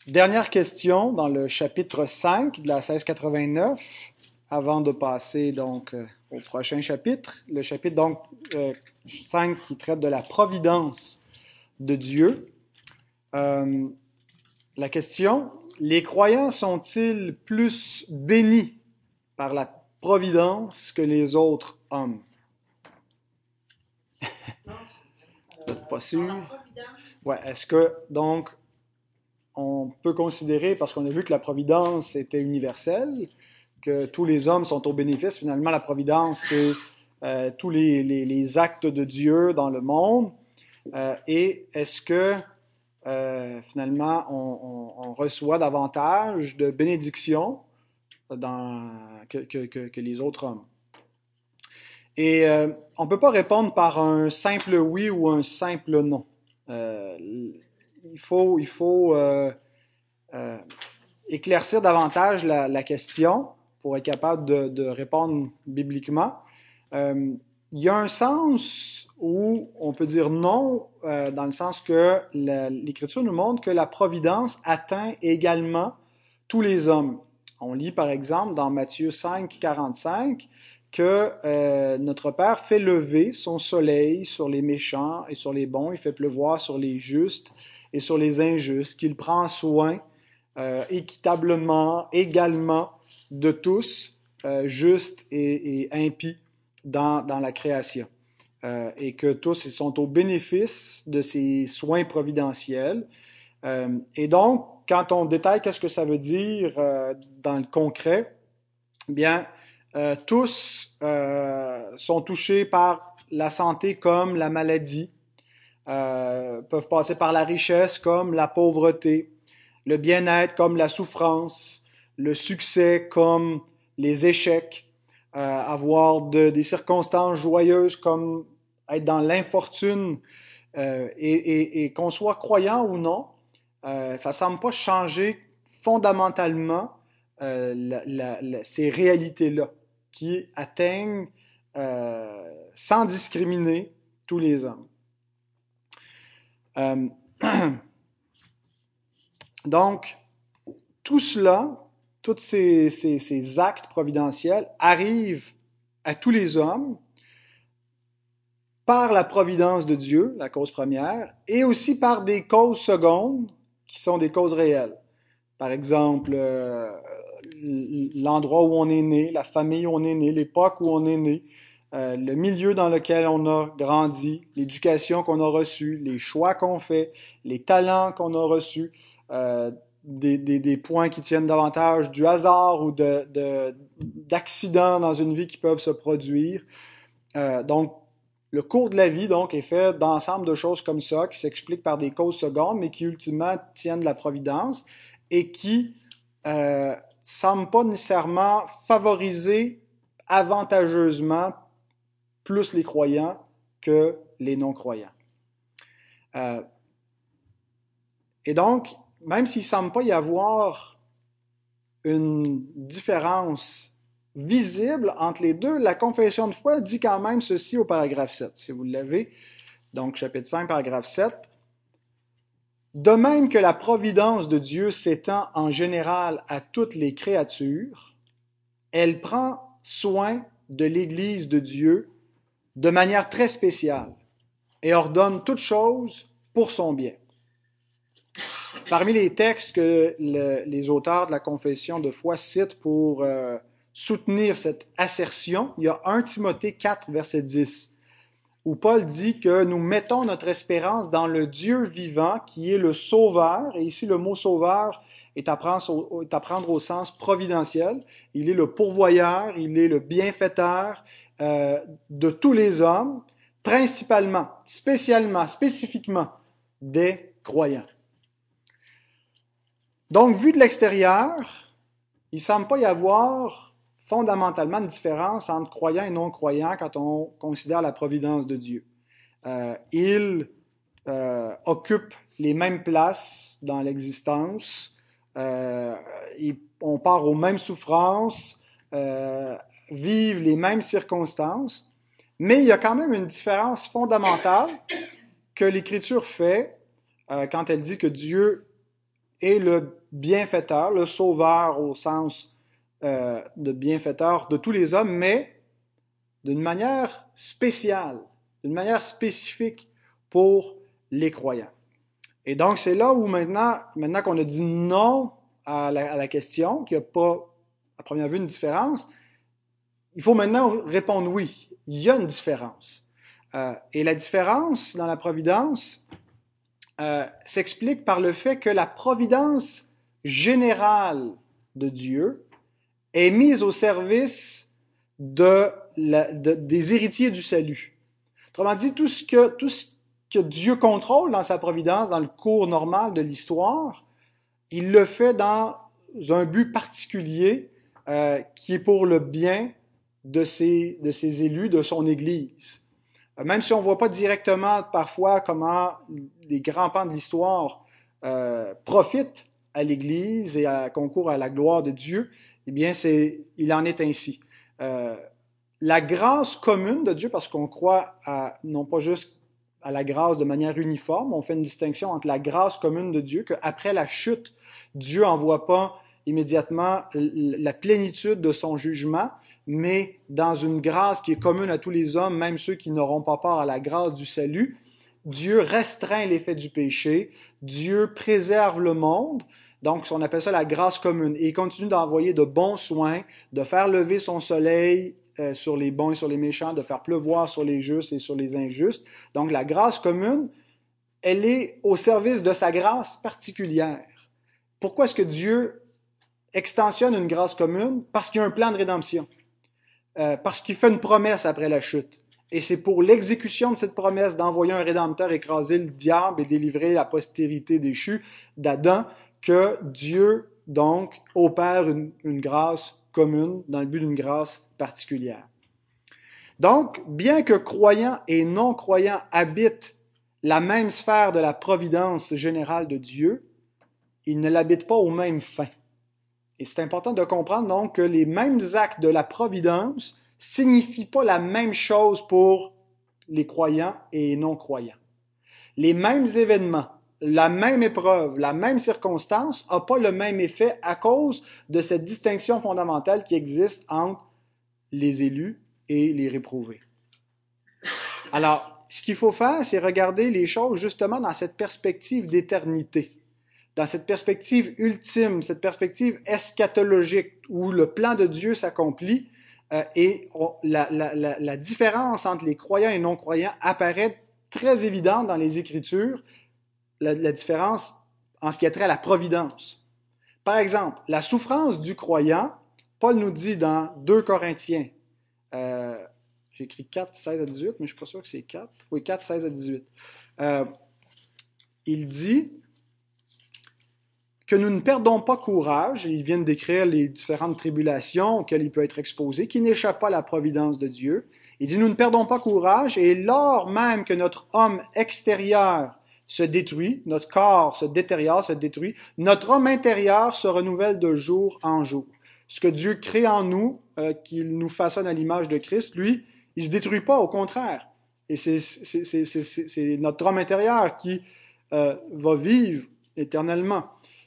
Dernière question dans le chapitre 5 de la 1689, avant de passer donc au prochain chapitre. Le chapitre donc 5 qui traite de la providence de Dieu. La question, les croyants sont-ils plus bénis par la providence que les autres hommes? Vous n'êtes pas sûr? Ouais, est-ce que donc on peut considérer, parce qu'on a vu que la providence était universelle, que tous les hommes sont au bénéfice. Finalement, la providence, c'est tous les actes de Dieu dans le monde. Et est-ce que finalement, on reçoit davantage de bénédictions que les autres hommes? Et on ne peut pas répondre par un simple oui ou un simple non. Il faut éclaircir davantage la question pour être capable de répondre bibliquement. Il y a un sens où on peut dire non, dans le sens que l'Écriture nous montre que la providence atteint également tous les hommes. On lit par exemple dans Matthieu 5, 45 que notre Père fait lever son soleil sur les méchants et sur les bons, il fait pleuvoir sur les justes et sur les injustes, qu'il prend soin équitablement, également, de tous, justes et impies dans la création. Et que tous ils sont au bénéfice de ces soins providentiels. Et donc, quand on détaille qu'est-ce que ça veut dire dans le concret, eh bien, tous sont touchés par la santé comme la maladie, peuvent passer par la richesse comme la pauvreté, le bien-être comme la souffrance, le succès comme les échecs, avoir des circonstances joyeuses comme être dans l'infortune, et qu'on soit croyant ou non, ça ne semble pas changer fondamentalement ces réalités-là qui atteignent sans discriminer tous les hommes. Donc, tout cela, tous ces actes providentiels arrivent à tous les hommes par la providence de Dieu, la cause première, et aussi par des causes secondes qui sont des causes réelles. Par exemple, l'endroit où on est né, la famille où on est né, l'époque où on est né, le milieu dans lequel on a grandi, l'éducation qu'on a reçue, les choix qu'on fait, les talents qu'on a reçus, des points qui tiennent davantage du hasard ou d'accidents dans une vie qui peuvent se produire. Donc, le cours de la vie donc est fait d'ensemble de choses comme ça qui s'expliquent par des causes secondes, mais qui ultimement tiennent de la providence et qui semblent pas nécessairement favoriser avantageusement plus les croyants que les non-croyants. Et donc, même s'il ne semble pas y avoir une différence visible entre les deux, la confession de foi dit quand même ceci au paragraphe 7, si vous l'avez. Donc, chapitre 5, paragraphe 7. De même que la providence de Dieu s'étend en général à toutes les créatures, elle prend soin de l'Église de Dieu de manière très spéciale et ordonne toutes choses pour son bien. Parmi les textes que les auteurs de la confession de foi citent pour soutenir cette assertion, il y a 1 Timothée 4, verset 10, où Paul dit que nous mettons notre espérance dans le Dieu vivant qui est le Sauveur, et ici le mot Sauveur est à prendre au sens providentiel. Il est le pourvoyeur, il est le bienfaiteur de tous les hommes, principalement, spécialement, spécifiquement des croyants. Donc, vu de l'extérieur, il ne semble pas y avoir fondamentalement une différence entre croyants et non-croyants quand on considère la providence de Dieu. Ils occupent les mêmes places dans l'existence, on part aux mêmes souffrances, vivent les mêmes circonstances, mais il y a quand même une différence fondamentale que l'Écriture fait quand elle dit que Dieu est le bienfaiteur, le sauveur au sens de bienfaiteur de tous les hommes, mais d'une manière spéciale, d'une manière spécifique pour les croyants. Et donc, c'est là où maintenant qu'on a dit non à la question, qu'il n'y a pas, à première vue, une différence, il faut maintenant répondre oui. Il y a une différence. Et la différence dans la providence s'explique par le fait que la providence générale de Dieu est mise au service des héritiers du salut. Autrement dit, tout ce que Dieu contrôle dans sa providence, dans le cours normal de l'histoire, il le fait dans un but particulier qui est pour le bien de ses élus, de son Église. Même si on ne voit pas directement parfois comment les grands pans de l'histoire profitent à l'Église et concourent à la gloire de Dieu, eh bien, il en est ainsi. La grâce commune de Dieu, parce qu'on croit non pas juste à la grâce de manière uniforme, on fait une distinction entre la grâce commune de Dieu, qu'après la chute, Dieu n'envoie pas immédiatement la plénitude de son jugement, mais dans une grâce qui est commune à tous les hommes, même ceux qui n'auront pas part à la grâce du salut, Dieu restreint l'effet du péché, Dieu préserve le monde, donc on appelle ça la grâce commune, et il continue d'envoyer de bons soins, de faire lever son soleil sur les bons et sur les méchants, de faire pleuvoir sur les justes et sur les injustes. Donc la grâce commune, elle est au service de sa grâce particulière. Pourquoi est-ce que Dieu extensionne une grâce commune? Parce qu'il y a un plan de rédemption. Parce qu'il fait une promesse après la chute. Et c'est pour l'exécution de cette promesse d'envoyer un Rédempteur écraser le diable et délivrer la postérité déchue d'Adam que Dieu, donc, opère une grâce commune dans le but d'une grâce particulière. Donc, bien que croyants et non-croyants habitent la même sphère de la providence générale de Dieu, ils ne l'habitent pas aux mêmes fins. Et c'est important de comprendre donc que les mêmes actes de la providence signifient pas la même chose pour les croyants et les non-croyants. Les mêmes événements, la même épreuve, la même circonstance n'a pas le même effet à cause de cette distinction fondamentale qui existe entre les élus et les réprouvés. Alors, ce qu'il faut faire, c'est regarder les choses justement dans cette perspective d'éternité, dans cette perspective ultime, cette perspective eschatologique où le plan de Dieu s'accomplit et la différence entre les croyants et les non-croyants apparaît très évidente dans les Écritures, la différence en ce qui a trait à la providence. Par exemple, la souffrance du croyant, Paul nous dit dans 2 Corinthiens, j'ai écrit 4, 16 à 18, mais je ne suis pas sûr que c'est 4. Oui, 4, 16 à 18. Il dit que nous ne perdons pas courage, et il vient de décrire les différentes tribulations auxquelles il peut être exposé, qui n'échappent pas à la providence de Dieu. Il dit, nous ne perdons pas courage, et lors même que notre homme extérieur se détruit, notre corps se détériore, se détruit, notre homme intérieur se renouvelle de jour en jour. Ce que Dieu crée en nous, qu'il nous façonne à l'image de Christ, lui, il ne se détruit pas, au contraire. Et c'est notre homme intérieur qui va vivre éternellement.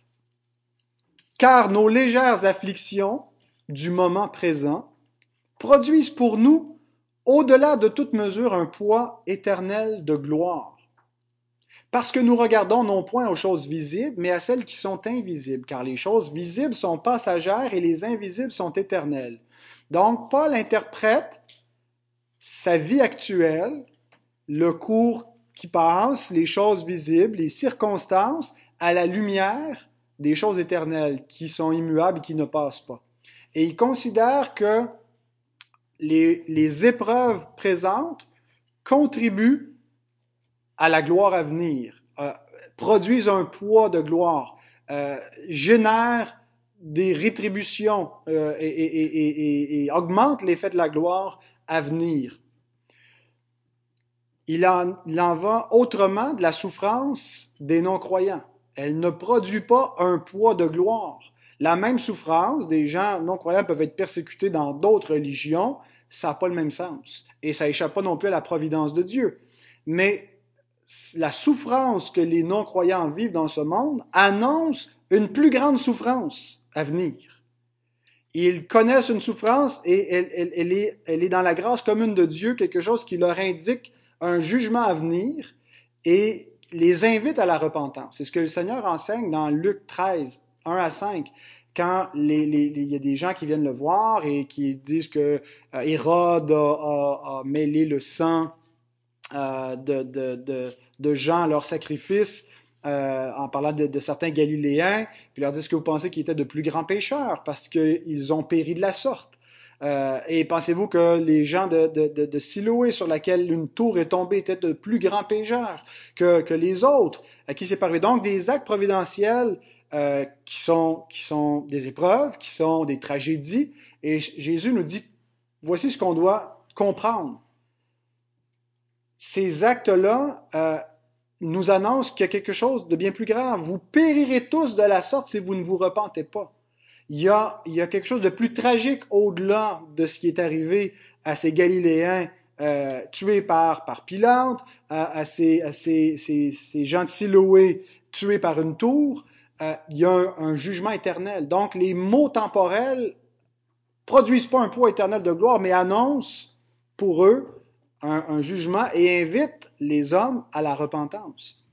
Car nos légères afflictions du moment présent produisent pour nous, au-delà de toute mesure, un poids éternel de gloire. Parce que nous regardons non point aux choses visibles, mais à celles qui sont invisibles, car les choses visibles sont passagères et les invisibles sont éternelles. Donc, Paul interprète sa vie actuelle, le cours qui passe, les choses visibles, les circonstances, à la lumière des choses éternelles qui sont immuables et qui ne passent pas. Et il considère que les épreuves présentes contribuent à la gloire à venir, produisent un poids de gloire, génèrent des rétributions et augmentent l'effet de la gloire à venir. Il en va autrement de la souffrance des non-croyants. Elle ne produit pas un poids de gloire. La même souffrance, des gens non-croyants peuvent être persécutés dans d'autres religions, ça n'a pas le même sens. Et ça n'échappe pas non plus à la providence de Dieu. Mais la souffrance que les non-croyants vivent dans ce monde annonce une plus grande souffrance à venir. Ils connaissent une souffrance et elle est dans la grâce commune de Dieu, quelque chose qui leur indique un jugement à venir et les invite à la repentance. C'est ce que le Seigneur enseigne dans Luc 13, 1 à 5, quand il y a des gens qui viennent le voir et qui disent que Hérode a mêlé le sang de gens à leur sacrifice, en parlant de certains Galiléens, puis leur dit, est-ce que vous pensez qu'ils étaient de plus grands pécheurs parce qu'ils ont péri de la sorte? Et pensez-vous que les gens de Siloé, sur laquelle une tour est tombée, étaient de plus grands pécheurs que les autres à qui c'est parlé? Donc, des actes providentiels qui sont des épreuves, qui sont des tragédies. Et Jésus nous dit, voici ce qu'on doit comprendre. Ces actes-là nous annoncent qu'il y a quelque chose de bien plus grave. Vous périrez tous de la sorte si vous ne vous repentez pas. Il y a quelque chose de plus tragique au-delà de ce qui est arrivé à ces Galiléens tués par Pilate, à ces gens de Siloé tués par une tour. Il y a un jugement éternel. Donc, les maux temporels produisent pas un poids éternel de gloire, mais annoncent pour eux un jugement et invitent les hommes à la repentance.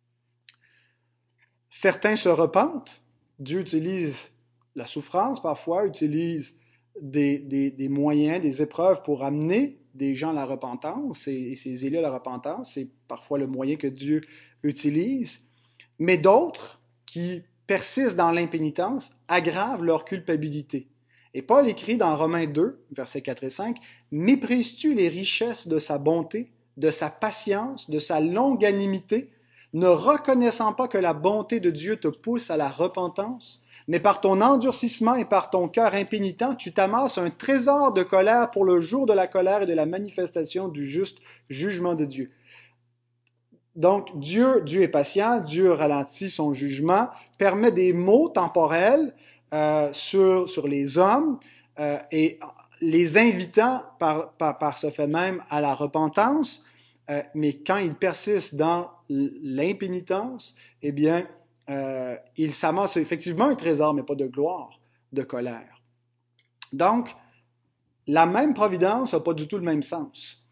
Certains se repentent. Dieu utilise la souffrance parfois, utilise des moyens, des épreuves pour amener des gens à la repentance et ces élus à la repentance. C'est parfois le moyen que Dieu utilise. Mais d'autres qui persistent dans l'impénitence aggravent leur culpabilité. Et Paul écrit dans Romains 2, versets 4 et 5, « Méprises-tu les richesses de sa bonté, de sa patience, de sa longanimité, ne reconnaissant pas que la bonté de Dieu te pousse à la repentance? Mais par ton endurcissement et par ton cœur impénitent, tu t'amasses un trésor de colère pour le jour de la colère et de la manifestation du juste jugement de Dieu. » Donc, Dieu est patient, Dieu ralentit son jugement, permet des maux temporels sur les hommes et les invitant par ce fait même à la repentance, mais quand ils persistent dans l'impénitence, eh bien, ils s'amassent effectivement un trésor, mais pas de gloire, de colère. Donc, la même providence n'a pas du tout le même sens.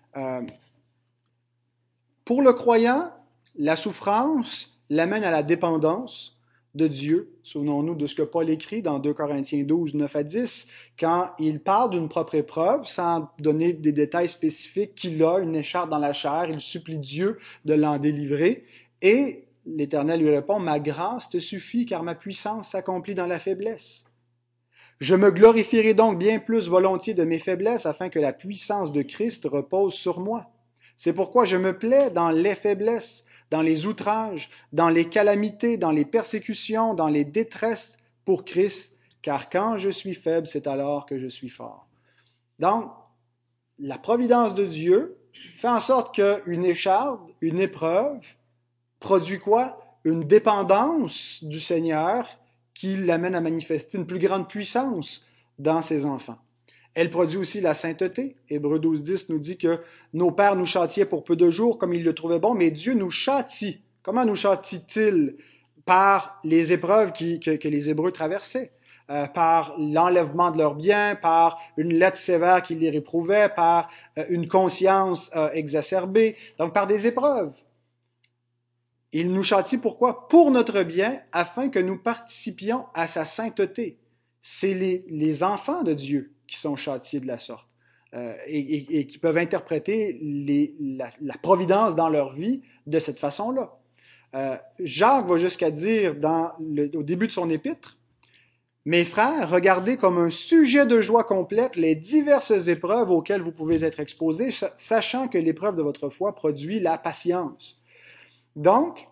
Pour le croyant, la souffrance l'amène à la dépendance de Dieu. Souvenons-nous de ce que Paul écrit dans 2 Corinthiens 12, 9 à 10, quand il parle d'une propre épreuve, sans donner des détails spécifiques, qu'il a une écharpe dans la chair, il supplie Dieu de l'en délivrer, et l'Éternel lui répond, « Ma grâce te suffit, car ma puissance s'accomplit dans la faiblesse. Je me glorifierai donc bien plus volontiers de mes faiblesses, afin que la puissance de Christ repose sur moi. C'est pourquoi je me plais dans les faiblesses, dans les outrages, dans les calamités, dans les persécutions, dans les détresses pour Christ, car quand je suis faible, c'est alors que je suis fort. » Donc, la providence de Dieu fait en sorte qu'une écharpe, une épreuve, produit quoi? Une dépendance du Seigneur qui l'amène à manifester une plus grande puissance dans ses enfants. Elle produit aussi la sainteté. Hébreux 12, 10 nous dit que nos pères nous châtiaient pour peu de jours comme ils le trouvaient bon, mais Dieu nous châtie. Comment nous châtie-t-il? Par les épreuves que les Hébreux traversaient, par l'enlèvement de leurs biens, par une lettre sévère qui les réprouvait, par une conscience exacerbée, donc par des épreuves. Il nous châtie pourquoi? Pour notre bien, afin que nous participions à sa sainteté. C'est les enfants de Dieu qui sont châtiés de la sorte et qui peuvent interpréter la providence dans leur vie de cette façon-là. Jacques va jusqu'à dire au début de son épître, « Mes frères, regardez comme un sujet de joie complète les diverses épreuves auxquelles vous pouvez être exposés, sachant que l'épreuve de votre foi produit la patience. » Donc,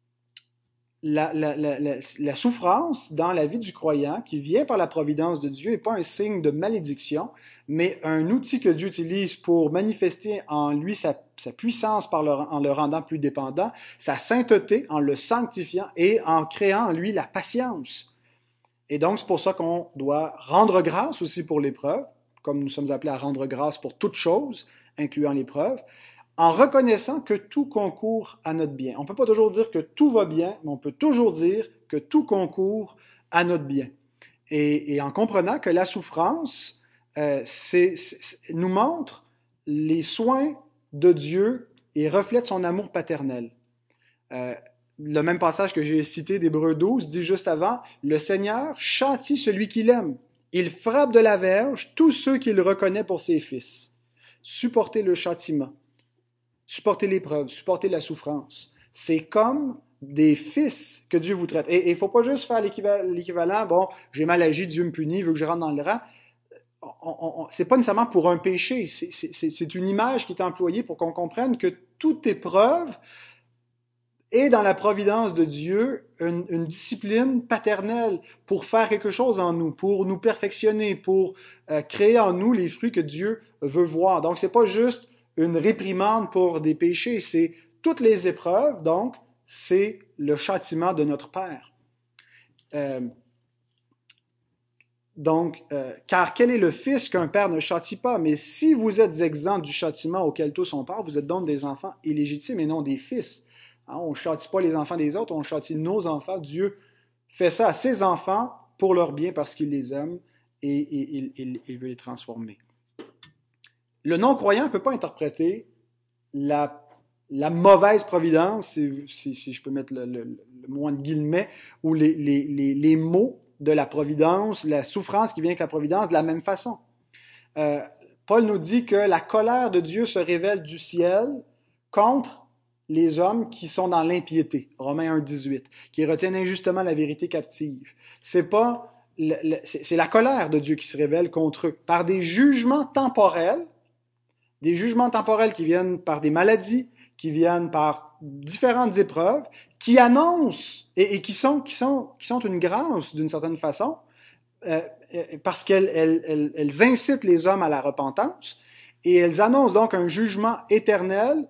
la souffrance dans la vie du croyant qui vient par la providence de Dieu n'est pas un signe de malédiction, mais un outil que Dieu utilise pour manifester en lui sa puissance en le rendant plus dépendant, sa sainteté en le sanctifiant et en créant en lui la patience. Et donc, c'est pour ça qu'on doit rendre grâce aussi pour l'épreuve, comme nous sommes appelés à rendre grâce pour toute chose, incluant l'épreuve, en reconnaissant que tout concourt à notre bien. On ne peut pas toujours dire que tout va bien, mais on peut toujours dire que tout concourt à notre bien. Et en comprenant que la souffrance nous montre les soins de Dieu et reflète son amour paternel. Le même passage que j'ai cité d'Hébreux 12 dit juste avant, « Le Seigneur châtie celui qu'il aime. Il frappe de la verge tous ceux qu'il reconnaît pour ses fils. » Supporter le châtiment, supporter l'épreuve, supporter la souffrance. C'est comme des fils que Dieu vous traite. Et il ne faut pas juste faire l'équivalent, bon, j'ai mal agi, Dieu me punit, il veut que je rentre dans le rang. C'est pas nécessairement pour un péché, c'est une image qui est employée pour qu'on comprenne que toute épreuve est dans la providence de Dieu une discipline paternelle pour faire quelque chose en nous, pour nous perfectionner, pour créer en nous les fruits que Dieu veut voir. Donc, c'est pas juste une réprimande pour des péchés, c'est toutes les épreuves, donc, c'est le châtiment de notre Père. Car quel est le fils qu'un père ne châtie pas? Mais si vous êtes exempts du châtiment auquel tous sont part, vous êtes donc des enfants illégitimes et non des fils. Hein, on ne châtie pas les enfants des autres, on châtie nos enfants. Dieu fait ça à ses enfants pour leur bien parce qu'il les aime et il veut les transformer. Le non-croyant ne peut pas interpréter la mauvaise providence, si je peux mettre le mot entre guillemets, ou les mots de la providence, la souffrance qui vient avec la providence de la même façon. Paul nous dit que la colère de Dieu se révèle du ciel contre les hommes qui sont dans l'impiété, Romains 1,18, qui retiennent injustement la vérité captive. C'est la colère de Dieu qui se révèle contre eux par des jugements temporels qui viennent par des maladies, qui viennent par différentes épreuves, qui annoncent et qui sont une grâce d'une certaine façon, parce qu'elles incitent les hommes à la repentance, et elles annoncent donc un jugement éternel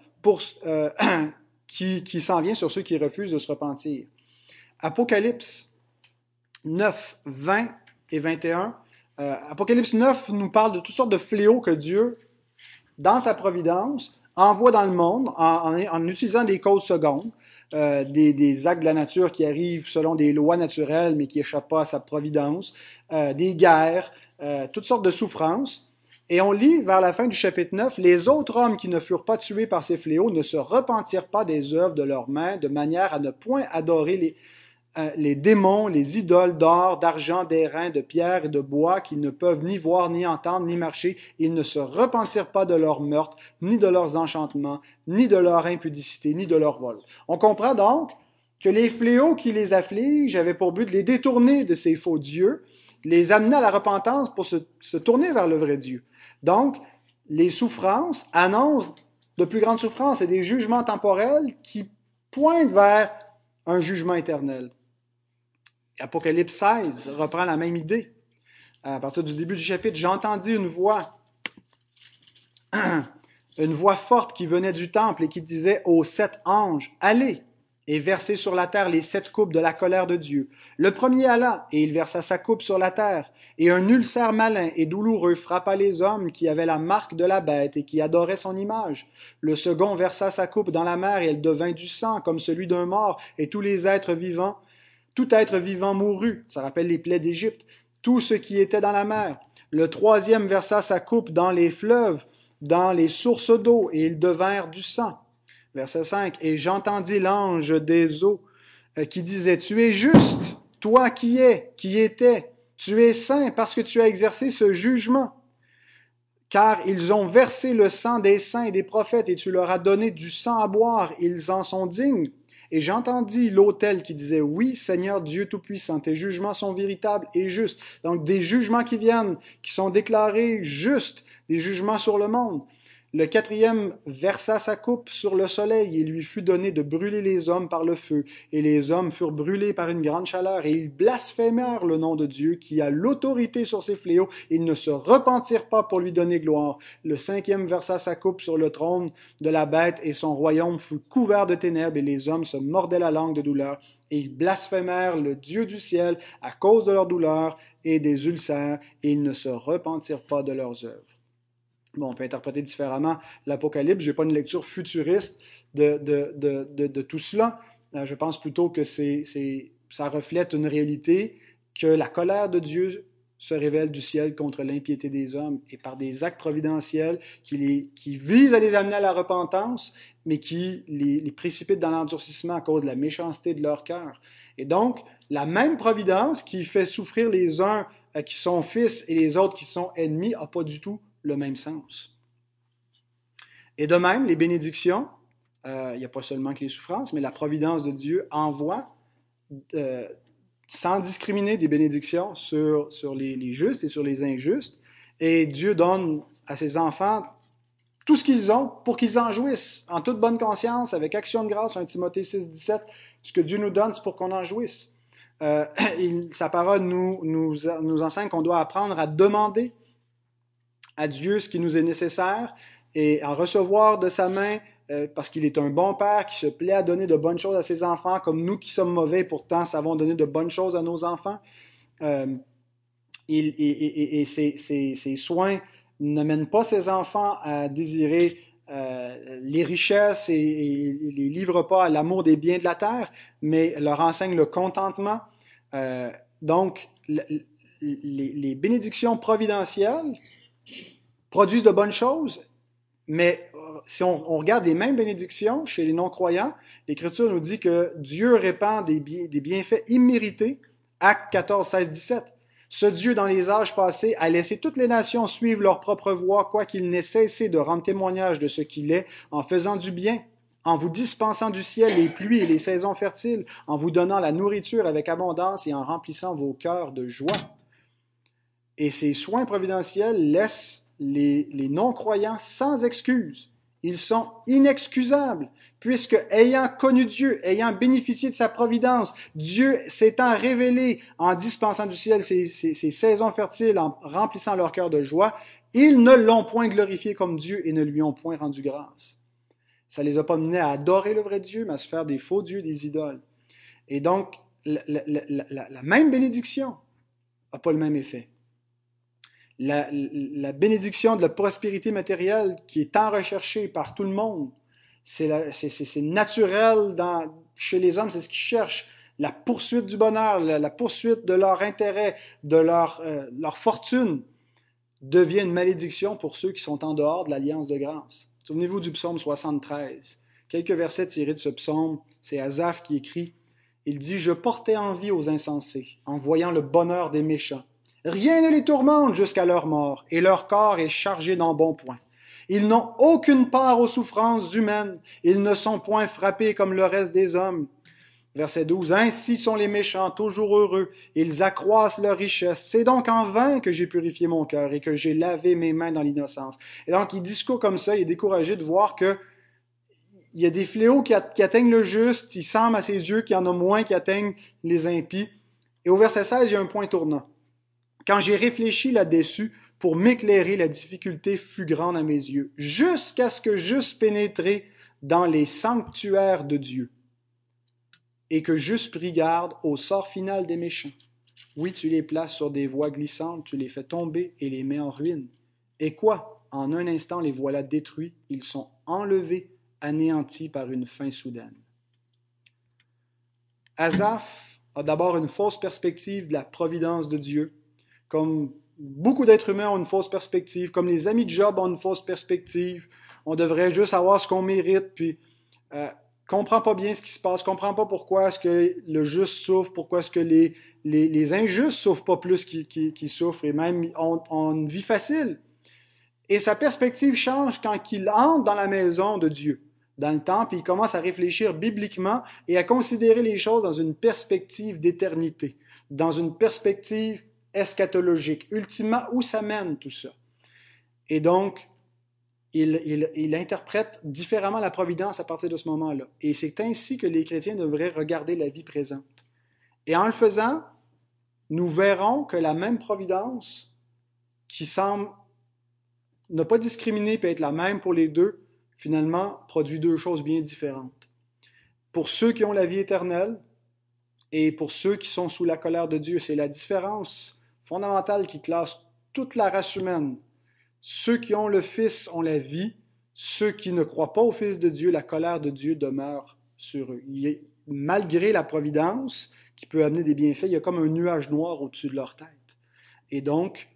qui s'en vient sur ceux qui refusent de se repentir. Apocalypse 9, 20 et 21. Apocalypse 9 nous parle de toutes sortes de fléaux que Dieu, dans sa providence, envoie dans le monde en utilisant des causes secondes, des actes de la nature qui arrivent selon des lois naturelles mais qui échappent pas à sa providence, des guerres, toutes sortes de souffrances. Et on lit vers la fin du chapitre 9, « Les autres hommes qui ne furent pas tués par ces fléaux ne se repentirent pas des œuvres de leurs mains, de manière à ne point adorer les démons, les idoles d'or, d'argent, d'airain, de pierre et de bois qu'ils ne peuvent ni voir, ni entendre, ni marcher. Ils ne se repentirent pas de leur meurtre, ni de leurs enchantements, ni de leur impudicité, ni de leur vol. » On comprend donc que les fléaux qui les affligent avaient pour but de les détourner de ces faux dieux, les amener à la repentance pour se tourner vers le vrai Dieu. Donc, les souffrances annoncent de plus grandes souffrances et des jugements temporels qui pointent vers un jugement éternel. Apocalypse 16 reprend la même idée. À partir du début du chapitre, j'entendis une voix forte qui venait du temple et qui disait aux 7 anges, « Allez et versez sur la terre les 7 coupes de la colère de Dieu. Le premier alla, et il versa sa coupe sur la terre, et un ulcère malin et douloureux frappa les hommes qui avaient la marque de la bête et qui adoraient son image. Le second versa sa coupe dans la mer, et elle devint du sang, comme celui d'un mort, et tout être vivant mourut. » Ça rappelle les plaies d'Égypte. Tout ce qui était dans la mer. Le troisième versa sa coupe dans les fleuves, dans les sources d'eau, et ils devinrent du sang. Verset 5. « Et j'entendis l'ange des eaux qui disait, « Tu es juste, toi qui étais, tu es saint parce que tu as exercé ce jugement. Car ils ont versé le sang des saints et des prophètes et tu leur as donné du sang à boire, ils en sont dignes. » Et j'entendis l'autel qui disait, « Oui, Seigneur Dieu Tout-Puissant, tes jugements sont véritables et justes. » Donc des jugements qui viennent, qui sont déclarés justes, des jugements sur le monde. Le quatrième versa sa coupe sur le soleil, et il lui fut donné de brûler les hommes par le feu. Et les hommes furent brûlés par une grande chaleur, et ils blasphémèrent le nom de Dieu, qui a l'autorité sur ces fléaux. Ils ne se repentirent pas pour lui donner gloire. Le cinquième versa sa coupe sur le trône de la bête, et son royaume fut couvert de ténèbres, et les hommes se mordaient la langue de douleur. Et ils blasphémèrent le Dieu du ciel à cause de leur douleur et des ulcères, et ils ne se repentirent pas de leurs œuvres. Bon, on peut interpréter différemment l'Apocalypse. Je n'ai pas une lecture futuriste de tout cela. Je pense plutôt que c'est ça reflète une réalité que la colère de Dieu se révèle du ciel contre l'impiété des hommes et par des actes providentiels qui visent à les amener à la repentance, mais qui les précipitent dans l'endurcissement à cause de la méchanceté de leur cœur. Et donc, la même providence qui fait souffrir les uns qui sont fils et les autres qui sont ennemis n'a pas du tout le même sens. Et de même, les bénédictions, il n'y a pas seulement que les souffrances, mais la providence de Dieu envoie sans discriminer des bénédictions sur les justes et sur les injustes. Et Dieu donne à ses enfants tout ce qu'ils ont pour qu'ils en jouissent, en toute bonne conscience, avec action de grâce, 1 Timothée 6, 17. Ce que Dieu nous donne, c'est pour qu'on en jouisse. Sa parole nous enseigne qu'on doit apprendre à demander à Dieu ce qui nous est nécessaire et à recevoir de sa main parce qu'il est un bon père qui se plaît à donner de bonnes choses à ses enfants, comme nous qui sommes mauvais, pourtant savons donner de bonnes choses à nos enfants. Et ses soins ne mènent pas ses enfants à désirer les richesses et les livrent pas à l'amour des biens de la terre, mais leur enseigne le contentement. Donc, les bénédictions providentielles produisent de bonnes choses, mais si on regarde les mêmes bénédictions chez les non-croyants, l'Écriture nous dit que Dieu répand des bienfaits immérités. Actes 14, 16, 17. Ce Dieu, dans les âges passés, a laissé toutes les nations suivre leur propre voie, quoiqu'il n'ait cessé de rendre témoignage de ce qu'il est, en faisant du bien, en vous dispensant du ciel les pluies et les saisons fertiles, en vous donnant la nourriture avec abondance et en remplissant vos cœurs de joie. Et ces soins providentiels laissent les non-croyants sans excuse. Ils sont inexcusables, puisque ayant connu Dieu, ayant bénéficié de sa providence, Dieu s'étant révélé en dispensant du ciel ces saisons fertiles, en remplissant leur cœur de joie, ils ne l'ont point glorifié comme Dieu et ne lui ont point rendu grâce. Ça ne les a pas menés à adorer le vrai Dieu, mais à se faire des faux dieux, des idoles. Et donc, la même bénédiction n'a pas le même effet. La bénédiction de la prospérité matérielle qui est tant recherchée par tout le monde, c'est naturel chez les hommes, c'est ce qu'ils cherchent. La poursuite du bonheur, la poursuite de leur intérêt, de leur fortune, devient une malédiction pour ceux qui sont en dehors de l'alliance de grâce. Souvenez-vous du psaume 73. Quelques versets tirés de ce psaume, c'est Asaph qui écrit. Il dit « Je portais envie aux insensés, en voyant le bonheur des méchants. Rien ne les tourmente jusqu'à leur mort, et leur corps est chargé d'embonpoint. Ils n'ont aucune part aux souffrances humaines, ils ne sont point frappés comme le reste des hommes. » Verset 12. « Ainsi sont les méchants, toujours heureux, ils accroissent leur richesse. C'est donc en vain que j'ai purifié mon cœur et que j'ai lavé mes mains dans l'innocence. » Et donc, il discourt comme ça, il est découragé de voir que il y a des fléaux qui atteignent le juste, il semble à ses yeux qu'il y en a moins qui atteignent les impies. Et au verset 16, il y a un point tournant. Quand j'ai réfléchi là-dessus, pour m'éclairer, la difficulté fut grande à mes yeux, jusqu'à ce que j'eusse pénétré dans les sanctuaires de Dieu et que j'eusse pris garde au sort final des méchants. Oui, tu les places sur des voies glissantes, tu les fais tomber et les mets en ruine. Et quoi? En un instant, les voilà détruits, ils sont enlevés, anéantis par une fin soudaine. Asaph a d'abord une fausse perspective de la providence de Dieu, comme beaucoup d'êtres humains ont une fausse perspective, comme les amis de Job ont une fausse perspective. On devrait juste avoir ce qu'on mérite, puis comprend pas bien ce qui se passe, comprend pas pourquoi est-ce que le juste souffre, pourquoi est-ce que les injustes souffrent pas plus qu'ils souffrent, et même ont une vie facile. Et sa perspective change quand il entre dans la maison de Dieu, dans le temple, et il commence à réfléchir bibliquement et à considérer les choses dans une perspective d'éternité, dans une perspective eschatologique. Ultimement, où ça mène tout ça? Et donc, il interprète différemment la providence à partir de ce moment-là. Et c'est ainsi que les chrétiens devraient regarder la vie présente. Et en le faisant, nous verrons que la même providence, qui semble ne pas discriminer peut être la même pour les deux, finalement, produit deux choses bien différentes. Pour ceux qui ont la vie éternelle et pour ceux qui sont sous la colère de Dieu, c'est la différence fondamentale qui classe toute la race humaine. Ceux qui ont le Fils ont la vie, ceux qui ne croient pas au Fils de Dieu, la colère de Dieu demeure sur eux. Malgré la providence qui peut amener des bienfaits, il y a comme un nuage noir au-dessus de leur tête. Et donc,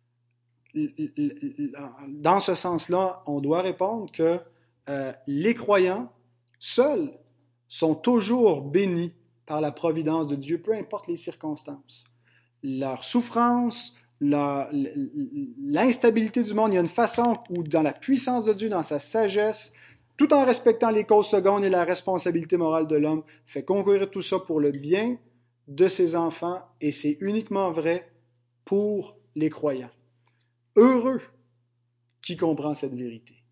dans ce sens-là, on doit répondre que les croyants seuls sont toujours bénis par la providence de Dieu, peu importe les circonstances. Leur souffrance, l'instabilité du monde, il y a une façon où, dans la puissance de Dieu, dans sa sagesse, tout en respectant les causes secondes et la responsabilité morale de l'homme, fait concourir tout ça pour le bien de ses enfants, et c'est uniquement vrai pour les croyants. Heureux qui comprend cette vérité.